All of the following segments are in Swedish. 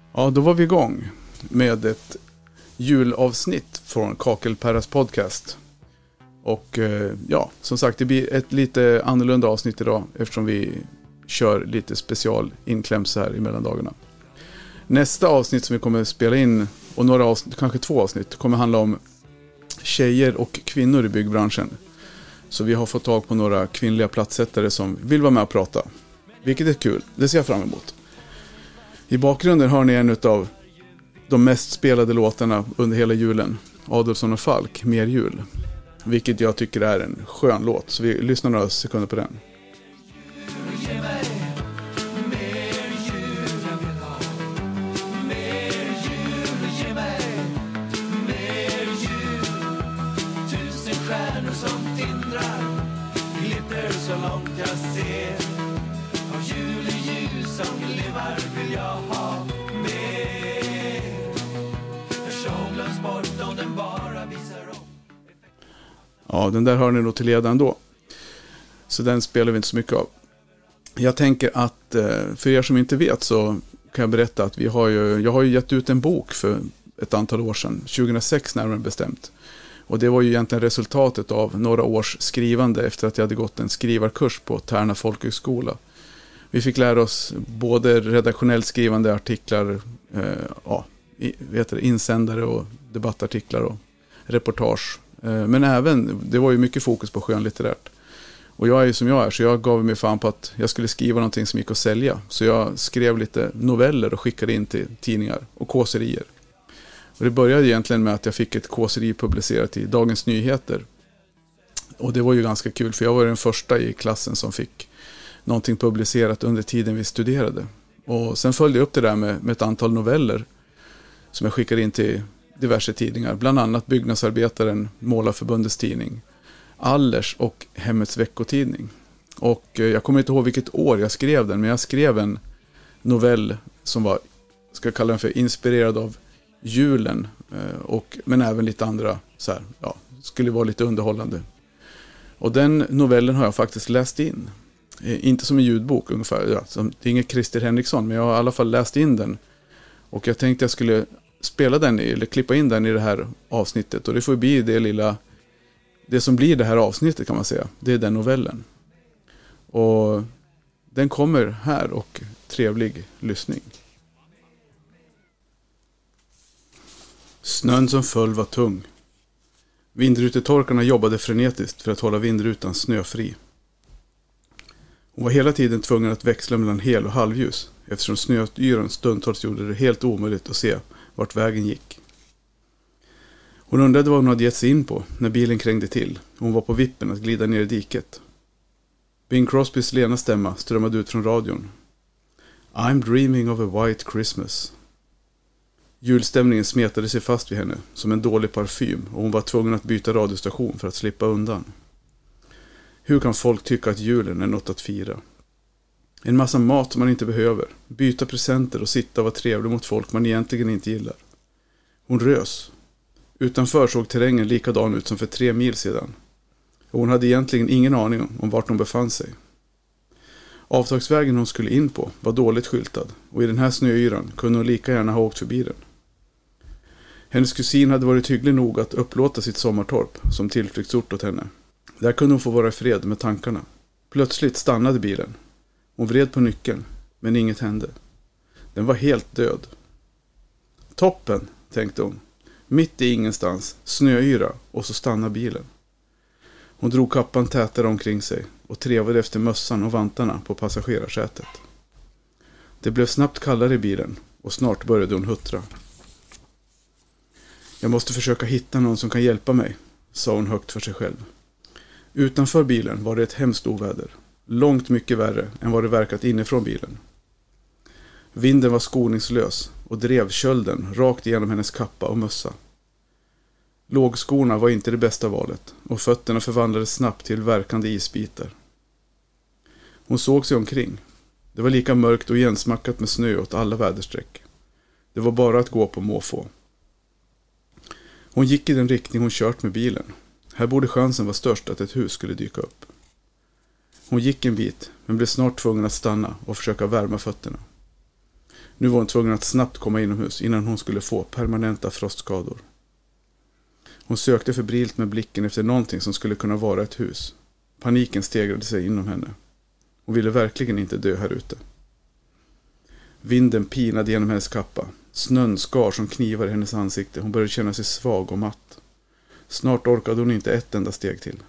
Ja, då var vi igång med ett julavsnitt från Kakelperras podcast. Och ja, som sagt, det blir ett lite annorlunda avsnitt idag eftersom vi kör lite special inkläms här i mellandagarna. Nästa avsnitt som vi kommer att spela in, och några avsnitt, kanske 2 avsnitt, kommer handla om tjejer och kvinnor i byggbranschen. Så vi har fått tag på några kvinnliga platssättare som vill vara med och prata. Vilket är kul, det ser jag fram emot. I bakgrunden hör ni en av de mest spelade låtarna under hela julen. Adolfsson och Falk, Mer jul. Vilket jag tycker är en skön låt. Så vi lyssnar några sekunder på den. Ja, den där hör ni nog till leda ändå. Så den spelar vi inte så mycket av. Jag tänker att för er som inte vet så kan jag berätta att jag har ju gett ut en bok för ett antal år sedan. 2006 närmare bestämt. Och det var ju egentligen resultatet av några års skrivande efter att jag hade gått en skrivarkurs på Tärna folkhögskola. Vi fick lära oss både redaktionellt skrivande artiklar, insändare och debattartiklar och reportage. Men även, det var ju mycket fokus på skönlitterärt. Och jag är ju som jag är, så jag gav mig fan på att jag skulle skriva någonting som gick att sälja. Så jag skrev lite noveller och skickade in till tidningar och kåserier. Och det började egentligen med att jag fick ett kåseri publicerat i Dagens Nyheter. Och det var ju ganska kul, för jag var den första i klassen som fick någonting publicerat under tiden vi studerade. Och sen följde jag upp det där med ett antal noveller som jag skickade in till diverse tidningar, bland annat Byggnadsarbetaren, Målarförbundets tidning, Allers och Hemmets veckotidning. Och jag kommer inte ihåg vilket år jag skrev den, men jag skrev en novell som var, ska jag kalla den för, inspirerad av julen, men även lite andra, så här, ja, skulle vara lite underhållande. Och den novellen har jag faktiskt läst in. Inte som en ljudbok ungefär, ja, det är inget Christer Henriksson, men jag har i alla fall läst in den. Och jag tänkte jag skulle spela den eller klippa in den i det här avsnittet, och det får bli det som blir det här avsnittet, kan man säga. Det är den novellen. Och den kommer här, och trevlig lyssning. Snön som föll var tung. Vindrutetorkarna jobbade frenetiskt för att hålla vindrutan snöfri. Hon var hela tiden tvungen att växla mellan hel- och halvljus, eftersom snöyran stundtals gjorde det helt omöjligt att se vart vägen gick. Hon undrade vad hon hade gett sig in på när bilen krängde till. Hon var på vippen att glida ner i diket. Bing Crosbys lena stämma strömmade ut från radion. I'm dreaming of a white Christmas. Julstämningen smetade sig fast vid henne som en dålig parfym, och hon var tvungen att byta radiostation för att slippa undan. Hur kan folk tycka att julen är något att fira? En massa mat man inte behöver, byta presenter och sitta och vara trevlig mot folk man egentligen inte gillar. Hon rös. Utanför såg terrängen likadan ut som för 3 mil sedan. Och hon hade egentligen ingen aning om vart hon befann sig. Avtagsvägen hon skulle in på var dåligt skyltad, och i den här snöyran kunde hon lika gärna ha åkt förbi den. Hennes kusin hade varit hygglig nog att upplåta sitt sommartorp som tillflyktsort åt henne. Där kunde hon få vara i fred med tankarna. Plötsligt stannade bilen. Hon vred på nyckeln, men inget hände. Den var helt död. Toppen, tänkte hon. Mitt i ingenstans, snöyra, och så stannade bilen. Hon drog kappan tätare omkring sig och trevade efter mössan och vantarna på passagerarsätet. Det blev snabbt kallare i bilen, och snart började hon huttra. Jag måste försöka hitta någon som kan hjälpa mig, sa hon högt för sig själv. Utanför bilen var det ett hemskt oväder. Långt mycket värre än vad det verkat inifrån bilen. Vinden var skoningslös och drev kölden rakt igenom hennes kappa och mössa. Lågskorna var inte det bästa valet, och fötterna förvandlades snabbt till verkande isbitar. Hon såg sig omkring. Det var lika mörkt och igensmackat med snö åt alla väderstreck. Det var bara att gå på måfå. Hon gick i den riktning hon kört med bilen. Här borde chansen vara störst att ett hus skulle dyka upp. Hon gick en bit, men blev snart tvungen att stanna och försöka värma fötterna. Nu var hon tvungen att snabbt komma inomhus innan hon skulle få permanenta frostskador. Hon sökte febrilt med blicken efter någonting som skulle kunna vara ett hus. Paniken stegrade sig inom henne. Hon ville verkligen inte dö här ute. Vinden pinade genom hennes kappa. Snön skar som knivar i hennes ansikte. Hon började känna sig svag och matt. Snart orkade hon inte ett enda steg till.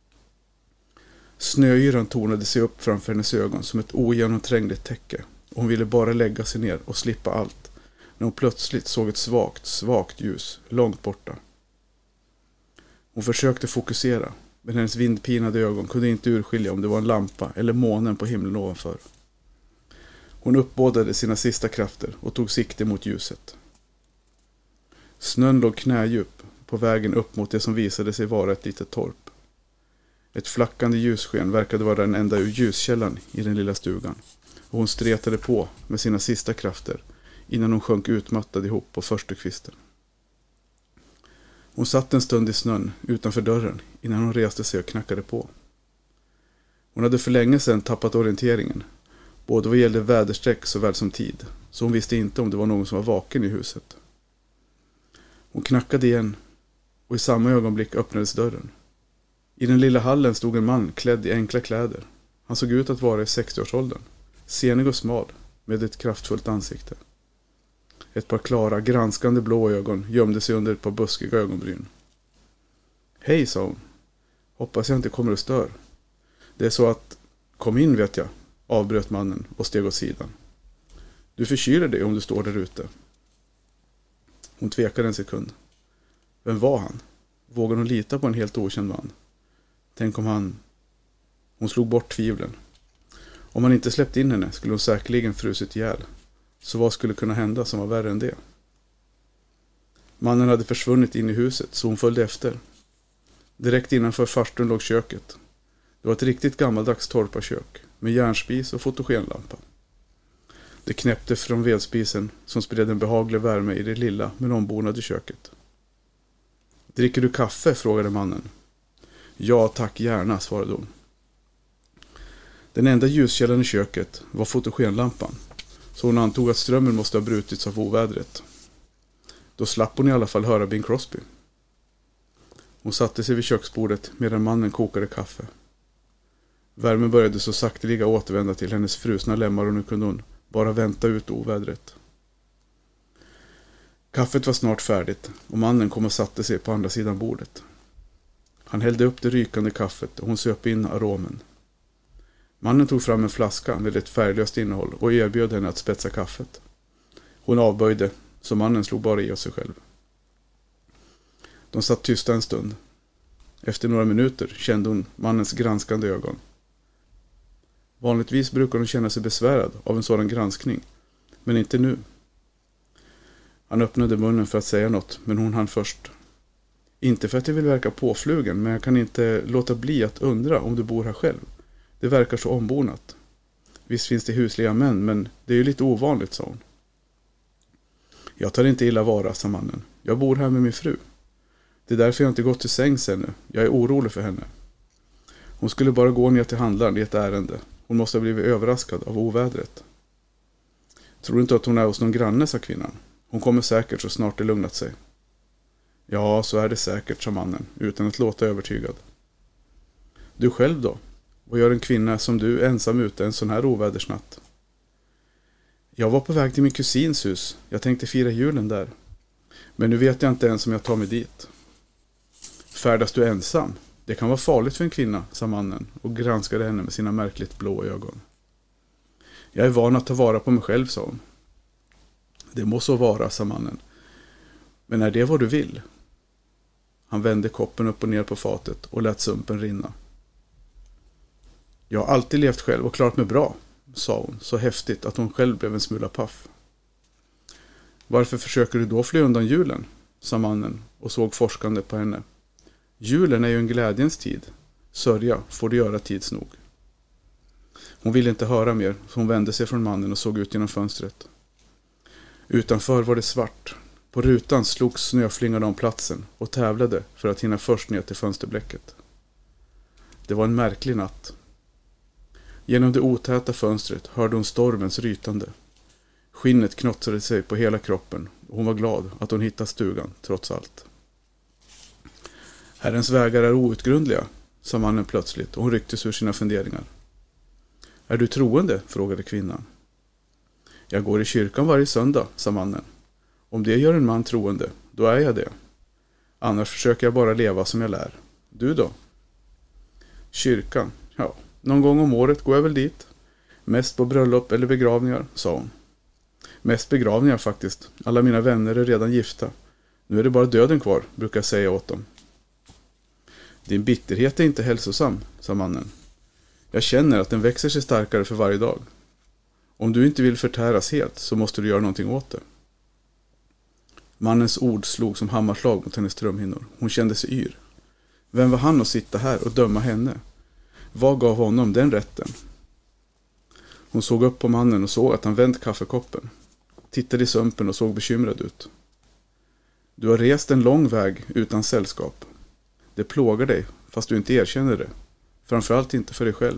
Snöyran tornade sig upp framför hennes ögon som ett ogenomträngligt täcke. Och hon ville bara lägga sig ner och slippa allt. När hon plötsligt såg ett svagt ljus långt borta. Hon försökte fokusera, men hennes vindpinade ögon kunde inte urskilja om det var en lampa eller månen på himlen ovanför. Hon uppbådade sina sista krafter och tog sikte mot ljuset. Snön låg knädjup på vägen upp mot det som visade sig vara ett litet torp. Ett flackande ljussken verkade vara den enda ljuskällan i den lilla stugan, och hon stretade på med sina sista krafter innan hon sjönk utmattad ihop på förstukvisten. Hon satt en stund i snön utanför dörren innan hon reste sig och knackade på. Hon hade för länge sedan tappat orienteringen, både vad gällde väderstreck såväl som tid, så hon visste inte om det var någon som var vaken i huset. Hon knackade igen, och i samma ögonblick öppnades dörren. I den lilla hallen stod en man klädd i enkla kläder. Han såg ut att vara i 60-årsåldern, senig och smal, med ett kraftfullt ansikte. Ett par klara, granskande blå ögon gömde sig under ett par buskiga ögonbryn. Hej, sa hon. Hoppas jag inte kommer och stör. Det är så att, kom in vet jag, avbröt mannen och steg åt sidan. Du förkyler dig om du står där ute. Hon tvekade en sekund. Vem var han? Vågade hon lita på en helt okänd man? Tänk om han... Hon slog bort tvivlen. Om han inte släppt in henne skulle hon säkerligen frusit ihjäl. Så vad skulle kunna hända som var värre än det? Mannen hade försvunnit in i huset, så hon följde efter. Direkt innanför farstun låg köket. Det var ett riktigt gammaldags torparkök med järnspis och fotogenlampa. Det knäppte från vedspisen som spred en behaglig värme i det lilla men ombonade köket. Dricker du kaffe? Frågade mannen. Ja tack, gärna, svarade hon. Den enda ljuskällan i köket var fotogenlampan, så hon antog att strömmen måste ha brutits av ovädret. Då slapp hon i alla fall höra Bing Crosby. Hon satte sig vid köksbordet medan mannen kokade kaffe. Värmen började så sakteliga återvända till hennes frusna lemmar och nu kunde hon bara vänta ut ovädret. Kaffet var snart färdigt och mannen kom och satte sig på andra sidan bordet. Han hällde upp det rykande kaffet och hon söp in aromen. Mannen tog fram en flaska med ett färglöst innehåll och erbjöd henne att spetsa kaffet. Hon avböjde, så mannen slog bara i åt sig själv. De satt tysta en stund. Efter några minuter kände hon mannens granskande ögon. Vanligtvis brukar hon känna sig besvärad av en sådan granskning, men inte nu. Han öppnade munnen för att säga något, men hon hann först. Inte för att jag vill verka påflugen, men jag kan inte låta bli att undra om du bor här själv. Det verkar så ombonat. Visst finns det husliga män, men det är ju lite ovanligt, sa hon. Jag tar inte illa vara, sa mannen. Jag bor här med min fru. Det är därför jag inte gått till sängs ännu. Jag är orolig för henne. Hon skulle bara gå ner till handlaren i ett ärende. Hon måste ha blivit överraskad av ovädret. Tror du inte att hon är hos någon granne, sa kvinnan. Hon kommer säkert så snart det lugnat sig. Ja, så är det säkert, sa mannen, utan att låta övertygad. Du själv då? Vad gör en kvinna som du ensam ute en sån här ovädersnatt? Jag var på väg till min kusins hus. Jag tänkte fira julen där. Men nu vet jag inte ens om jag tar mig dit. Färdas du ensam? Det kan vara farligt för en kvinna, sa mannen och granskade henne med sina märkligt blå ögon. Jag är van att ta vara på mig själv, sa hon. Det må så vara, sa mannen. Men är det vad du vill? Han vände koppen upp och ner på fatet och lät sumpen rinna. Jag har alltid levt själv och klarat mig bra, sa hon så häftigt att hon själv blev en smula paff. Varför försöker du då fly undan julen? Sa mannen och såg forskande på henne. Julen är ju en glädjens tid. Sörja får du göra tids nog. Hon ville inte höra mer, så hon vände sig från mannen och såg ut genom fönstret. Utanför var det svart. På rutan slogs snöflingorna om platsen och tävlade för att hinna först ner till fönsterblecket. Det var en märklig natt. Genom det otäta fönstret hörde hon stormens rytande. Skinnet knotsade sig på hela kroppen och hon var glad att hon hittat stugan trots allt. Herrens vägar är outgrundliga, sa mannen plötsligt och hon rycktes ur sina funderingar. Är du troende? Frågade kvinnan. Jag går i kyrkan varje söndag, sa mannen. Om det gör en man troende, då är jag det. Annars försöker jag bara leva som jag lär. Du då? Kyrkan? Ja, någon gång om året går jag väl dit. Mest på bröllop eller begravningar, sa hon. Mest begravningar faktiskt. Alla mina vänner är redan gifta. Nu är det bara döden kvar, brukar jag säga åt dem. Din bitterhet är inte hälsosam, sa mannen. Jag känner att den växer sig starkare för varje dag. Om du inte vill förtäras helt så måste du göra någonting åt det. Mannens ord slog som hammarslag mot hennes trumhinnor. Hon kände sig yr. Vem var han att sitta här och döma henne? Vad gav honom den rätten? Hon såg upp på mannen och såg att han vänt kaffekoppen. Tittade i sumpen och såg bekymrad ut. Du har rest en lång väg utan sällskap. Det plågar dig, fast du inte erkänner det. Framförallt inte för dig själv.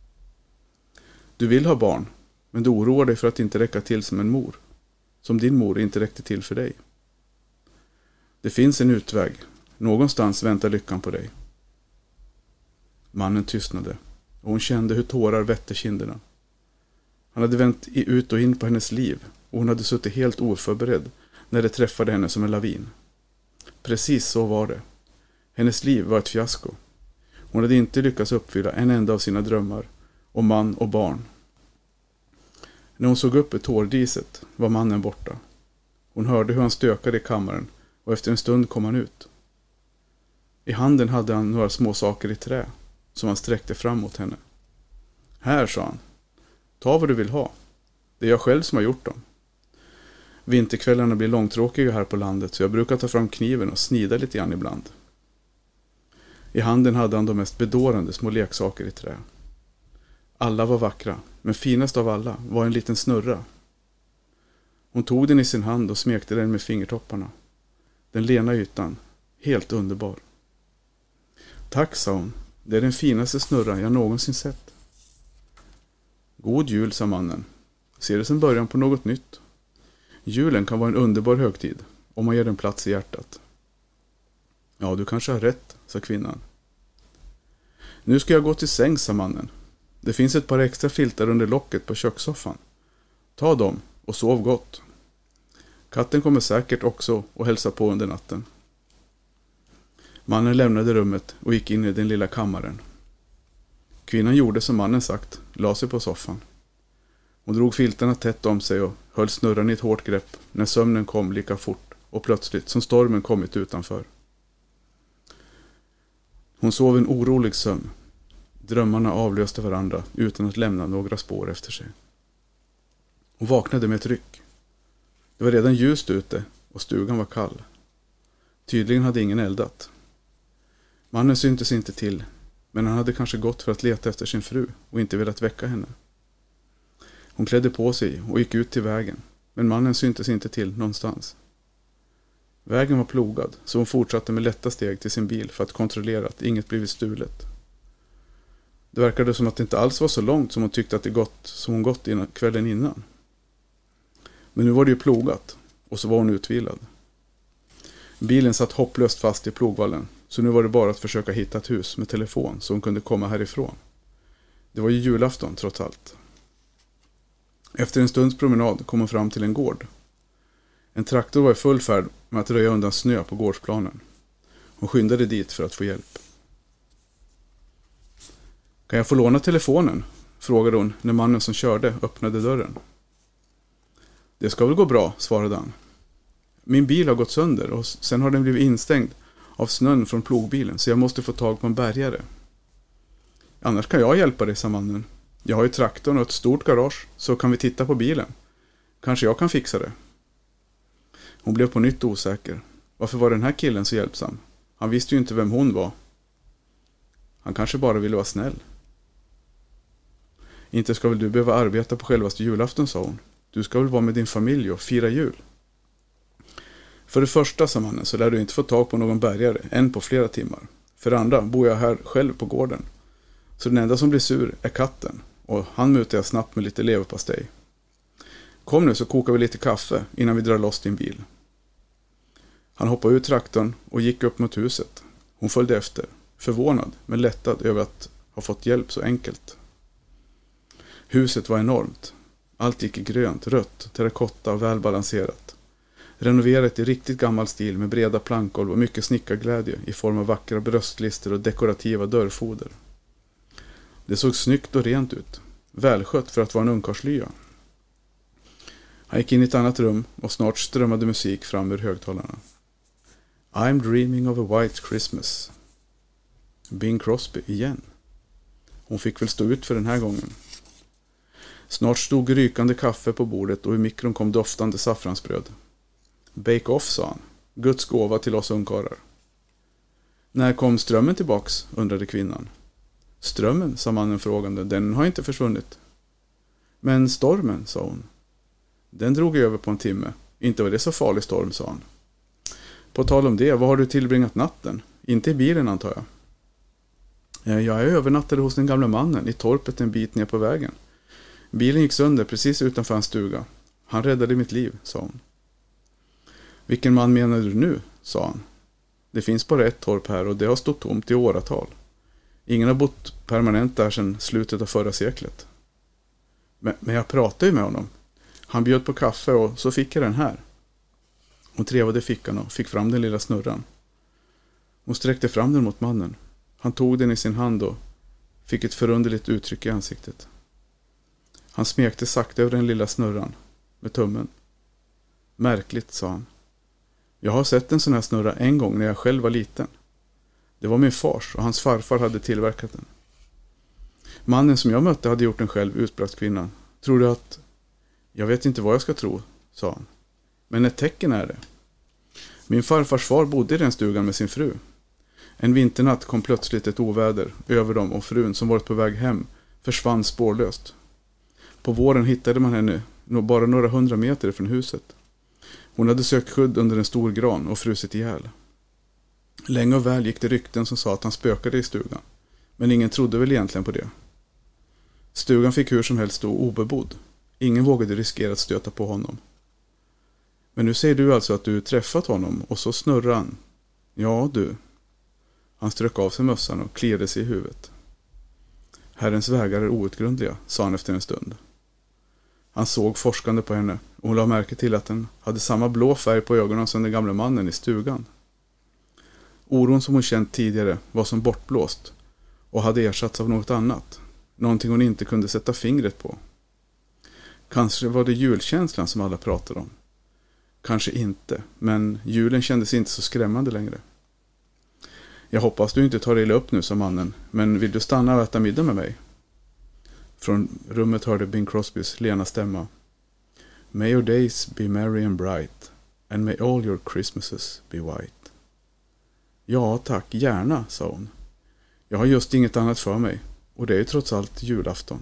Du vill ha barn, men du oroar dig för att inte räcka till som en mor. Som din mor inte räckte till för dig. Det finns en utväg. Någonstans väntar lyckan på dig. Mannen tystnade och hon kände hur tårar vätte kinderna. Han hade vänt ut och in på hennes liv och hon hade suttit helt oförberedd när det träffade henne som en lavin. Precis så var det. Hennes liv var ett fiasko. Hon hade inte lyckats uppfylla en enda av sina drömmar om man och barn. När hon såg upp i tårdiset var mannen borta. Hon hörde hur han stökade i kammaren och efter en stund kom han ut. I handen hade han några små saker i trä som han sträckte fram mot henne. Här, sa han. Ta vad du vill ha. Det är jag själv som har gjort dem. Vinterkvällarna blir långtråkiga här på landet så jag brukar ta fram kniven och snida lite grann ibland. I handen hade han de mest bedårande små leksaker i trä. Alla var vackra, men finast av alla var en liten snurra. Hon tog den i sin hand och smekte den med fingertopparna. Den lena ytan, helt underbar. Tack, sa hon. Det är den finaste snurran jag någonsin sett. God jul, sa mannen. Ser det som början på något nytt. Julen kan vara en underbar högtid, om man ger den plats i hjärtat. Ja, du kanske har rätt, sa kvinnan. Nu ska jag gå till säng, sa mannen. Det finns ett par extra filtar under locket på kökssoffan. Ta dem och sov gott. Katten kommer säkert också och hälsa på under natten. Mannen lämnade rummet och gick in i den lilla kammaren. Kvinnan gjorde som mannen sagt, la sig på soffan. Hon drog filtarna tätt om sig och höll snurran i ett hårt grepp när sömnen kom lika fort och plötsligt som stormen kommit utanför. Hon sov en orolig sömn. Drömmarna avlöste varandra utan att lämna några spår efter sig. Hon vaknade med ett ryck. Det var redan ljust ute och stugan var kall. Tydligen hade ingen eldat. Mannen syntes inte till, men han hade kanske gått för att leta efter sin fru och inte velat väcka henne. Hon klädde på sig och gick ut till vägen, men mannen syntes inte till någonstans. Vägen var plogad, så hon fortsatte med lätta steg till sin bil för att kontrollera att inget blivit stulet. Det verkade som att det inte alls var så långt som hon tyckte att det gått som hon gått kvällen innan. Men nu var det ju plogat, och så var hon utvilad. Bilen satt hopplöst fast i plogvallen, så nu var det bara att försöka hitta ett hus med telefon så hon kunde komma härifrån. Det var ju julafton trots allt. Efter en stunds promenad kom hon fram till en gård. En traktor var i full färd med att röja undan snö på gårdsplanen. Hon skyndade dit för att få hjälp. Kan jag få låna telefonen? Frågade hon när mannen som körde öppnade dörren. Det ska väl gå bra, svarade han. Min bil har gått sönder och sen har den blivit instängd av snön från plogbilen så jag måste få tag på en bärgare. Annars kan jag hjälpa dig, sa mannen. Jag har ju traktorn och ett stort garage så kan vi titta på bilen. Kanske jag kan fixa det. Hon blev på nytt osäker. Varför var den här killen så hjälpsam? Han visste ju inte vem hon var. Han kanske bara ville vara snäll. Inte ska väl du behöva arbeta på självaste julafton, sa hon. Du ska väl vara med din familj och fira jul. För det första, sa mannen, så lär du inte få tag på någon bärgare än på flera timmar. För det andra bor jag här själv på gården. Så den enda som blir sur är katten och han mutar jag snabbt med lite leverpastej. Kom nu så kokar vi lite kaffe innan vi drar loss din bil. Han hoppade ur traktorn och gick upp mot huset. Hon följde efter, förvånad men lättad över att ha fått hjälp så enkelt. Huset var enormt. Allt gick i grönt, rött, terrakotta och välbalanserat. Renoverat i riktigt gammal stil med breda plankgolv och mycket snickarglädje i form av vackra bröstlister och dekorativa dörrfoder. Det såg snyggt och rent ut. Välskött för att vara en ungkarlslya. Han gick in i ett annat rum och snart strömmade musik fram ur högtalarna. I'm dreaming of a white Christmas. Bing Crosby igen. Hon fick väl stå ut för den här gången. Snart stod rykande kaffe på bordet och i mikron kom doftande saffransbröd. Bake off, sa han. Guds gåva till oss ungkarlar. När kom strömmen tillbaks, undrade kvinnan. Strömmen, sa mannen frågande, den har inte försvunnit. Men stormen, sa hon. Den drog över på en timme. Inte var det så farlig storm, sa han. På tal om det, vad har du tillbringat natten? Inte i bilen, antar jag. Jag övernattade hos den gamla mannen i torpet en bit ner på vägen. Bilen gick sönder precis utanför hans stuga. Han räddade mitt liv, sa hon. Vilken man menar du nu, sa han. Det finns bara ett torp här och det har stått tomt i åratal. Ingen har bott permanent där sedan slutet av förra seklet. Men jag pratade ju med honom. Han bjöd på kaffe och så fick jag den här. Hon trevade fickan och fick fram den lilla snurran. Hon sträckte fram den mot mannen. Han tog den i sin hand och fick ett förunderligt uttryck i ansiktet. Han smekte sakta över den lilla snurran med tummen. Märkligt, sa han. Jag har sett en sån här snurra en gång när jag själv var liten. Det var min fars och hans farfar hade tillverkat den. Mannen som jag mötte hade gjort den själv, utbrast kvinnan. Tror du att... Jag vet inte vad jag ska tro, sa han. Men ett tecken är det. Min farfars far bodde i den stugan med sin fru. En vinternatt kom plötsligt ett oväder över dem och frun som varit på väg hem försvann spårlöst. På våren hittade man henne bara några 100 meter från huset. Hon hade sökt skydd under en stor gran och frusit ihjäl. Länge och väl gick det rykten som sa att han spökade i stugan. Men ingen trodde väl egentligen på det. Stugan fick hur som helst stå obebodd. Ingen vågade riskera att stöta på honom. Men nu säger du alltså att du träffat honom och så snurrar han. Ja, du. Han strök av sig mössan och kliade sig i huvudet. Herrens vägar är outgrundliga, sa han efter en stund. Han såg forskande på henne och hon la märke till att den hade samma blå färg på ögonen som den gamla mannen i stugan. Oron som hon känt tidigare var som bortblåst och hade ersatts av något annat. Någonting hon inte kunde sätta fingret på. Kanske var det julkänslan som alla pratade om. Kanske inte, men julen kändes inte så skrämmande längre. Jag hoppas du inte tar illa upp nu, sa mannen, men vill du stanna och äta middag med mig? Från rummet hörde Bing Crosbys lena stämma. May your days be merry and bright, and may all your Christmases be white. Ja, tack, gärna, sa hon. Jag har just inget annat för mig, och det är ju trots allt julafton.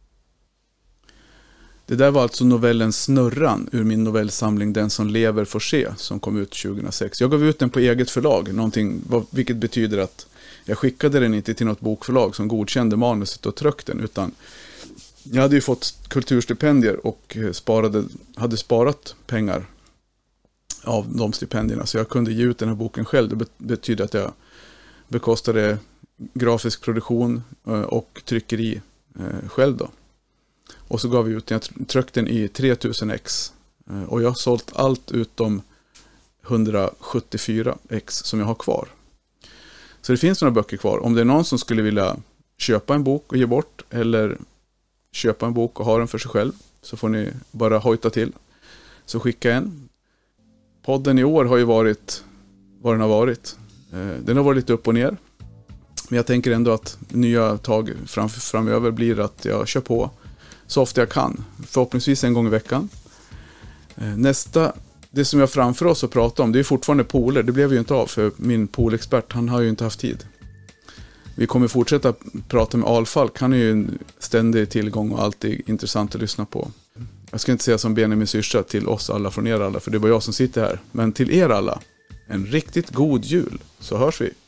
Det där var alltså novellen Snurran ur min novellsamling Den som lever får se, som kom ut 2006. Jag gav ut den på eget förlag, vilket betyder att jag skickade den inte till något bokförlag som godkände manuset och tryckte den, utan jag hade ju fått kulturstipendier och hade sparat pengar av de stipendierna, så jag kunde ge ut den här boken själv. Det betyder att jag bekostade grafisk produktion och tryckeri själv då. Och så gav vi ut den, jag tryckte den i 3000 ex. Och jag har sålt allt utom 174 ex som jag har kvar. Så det finns några böcker kvar. Om det är någon som skulle vilja köpa en bok och ge bort, eller köpa en bok och ha den för sig själv, så får ni bara hojta till. Så skicka en. Podden i år har ju varit vad den har varit. Den har varit lite upp och ner. Men jag tänker ändå att nya tag framöver blir att jag kör på så ofta jag kan. Förhoppningsvis en gång i veckan. Det som jag framför oss att prata om, det är fortfarande pooler. Det blev ju inte av för min poolexpert, han har ju inte haft tid. Vi kommer fortsätta prata med Alfalk. Han är ju en ständig tillgång och alltid intressant att lyssna på. Jag ska inte säga som Benjamin Syrsa till oss alla från er alla, för det är bara jag som sitter här. Men till er alla, en riktigt god jul, så hörs vi.